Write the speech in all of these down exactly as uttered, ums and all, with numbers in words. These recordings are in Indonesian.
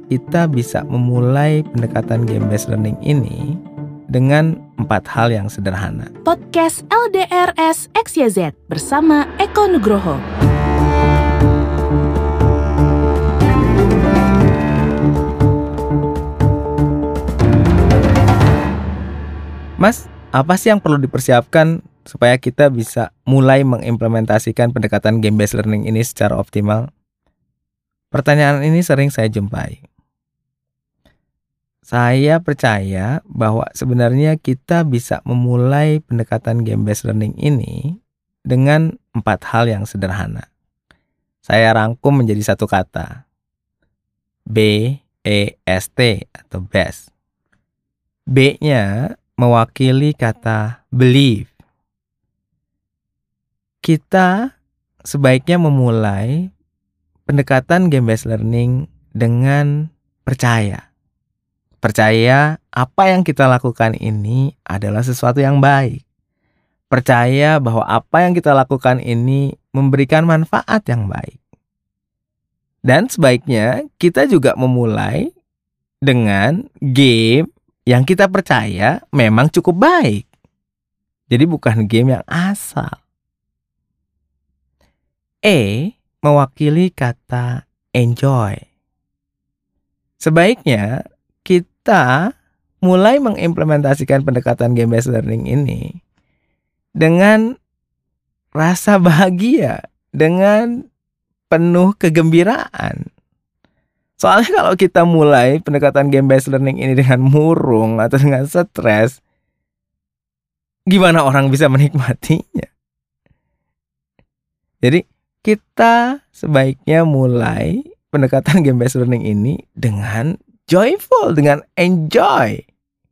kita bisa memulai pendekatan game-based learning ini dengan empat hal yang sederhana. Podcast L D R S X Y Z bersama Eko Nugroho. Mas, apa sih yang perlu dipersiapkan supaya kita bisa mulai mengimplementasikan pendekatan game-based learning ini secara optimal? Pertanyaan ini sering saya jumpai. Saya percaya bahwa sebenarnya kita bisa memulai pendekatan game-based learning ini dengan empat hal yang sederhana. Saya rangkum menjadi satu kata. B E S T atau best. B-nya mewakili kata believe. Kita sebaiknya memulai pendekatan game-based learning dengan percaya. Percaya apa yang kita lakukan ini adalah sesuatu yang baik. Percaya bahwa apa yang kita lakukan ini memberikan manfaat yang baik. Dan sebaiknya kita juga memulai dengan game yang kita percaya memang cukup baik. Jadi bukan game yang asal. E mewakili kata enjoy. Sebaiknya kita mulai mengimplementasikan pendekatan game-based learning ini dengan rasa bahagia, dengan penuh kegembiraan. Soalnya kalau kita mulai pendekatan game-based learning ini dengan murung atau dengan stres, gimana orang bisa menikmatinya? Jadi kita sebaiknya mulai pendekatan game-based learning ini dengan joyful, dengan enjoy.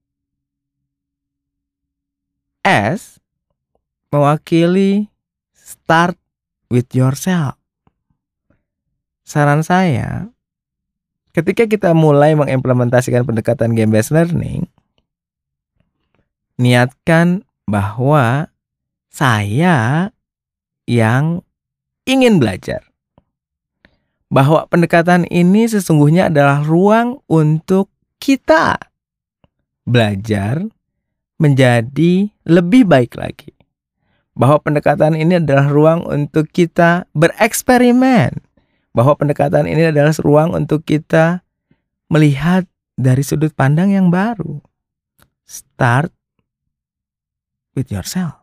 S mewakili start with yourself. Saran saya, ketika kita mulai mengimplementasikan pendekatan game-based learning, niatkan bahwa saya yang ingin belajar. Bahwa pendekatan ini sesungguhnya adalah ruang untuk kita belajar menjadi lebih baik lagi. Bahwa pendekatan ini adalah ruang untuk kita bereksperimen. Bahwa pendekatan ini adalah ruang untuk kita melihat dari sudut pandang yang baru. Start with yourself.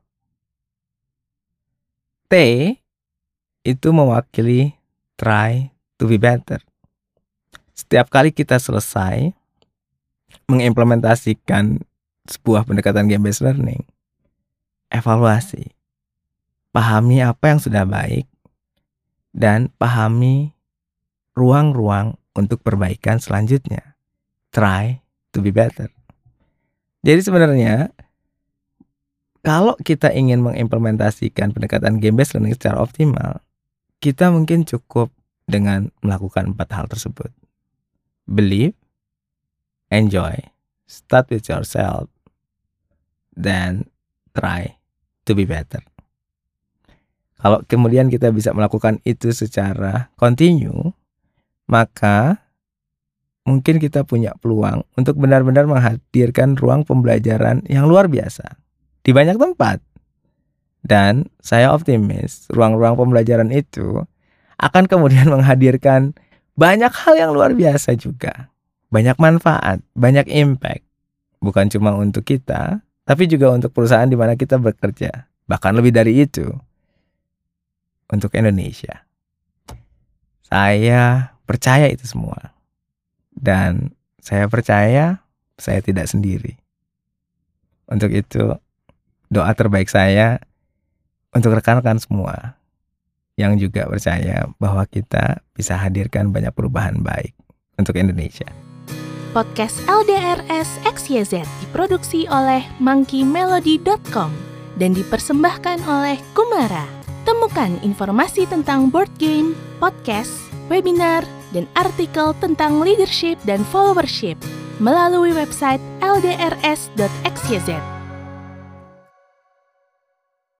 T itu mewakili try to be better. Setiap kali kita selesai mengimplementasikan sebuah pendekatan game-based learning, evaluasi. Pahami apa yang sudah baik dan pahami ruang-ruang untuk perbaikan selanjutnya. Try to be better. Jadi sebenarnya kalau kita ingin mengimplementasikan pendekatan game-based learning secara optimal, kita mungkin cukup dengan melakukan empat hal tersebut. Believe, enjoy, start with yourself, dan try to be better. Kalau kemudian kita bisa melakukan itu secara continue, maka mungkin kita punya peluang untuk benar-benar menghadirkan ruang pembelajaran yang luar biasa di banyak tempat. Dan saya optimis ruang-ruang pembelajaran itu akan kemudian menghadirkan banyak hal yang luar biasa juga. Banyak manfaat, banyak impact. Bukan cuma untuk kita, tapi juga untuk perusahaan di mana kita bekerja. Bahkan lebih dari itu, untuk Indonesia. Saya percaya itu semua. Dan saya percaya saya tidak sendiri. Untuk itu, doa terbaik saya untuk rekan-rekan semua yang juga percaya bahwa kita bisa hadirkan banyak perubahan baik untuk Indonesia. Podcast L D R S X Y Z diproduksi oleh monkey melody dot com dan dipersembahkan oleh Kumara. Temukan informasi tentang board game, podcast, webinar, dan artikel tentang leadership dan followership melalui website L D R S dot X Y Z.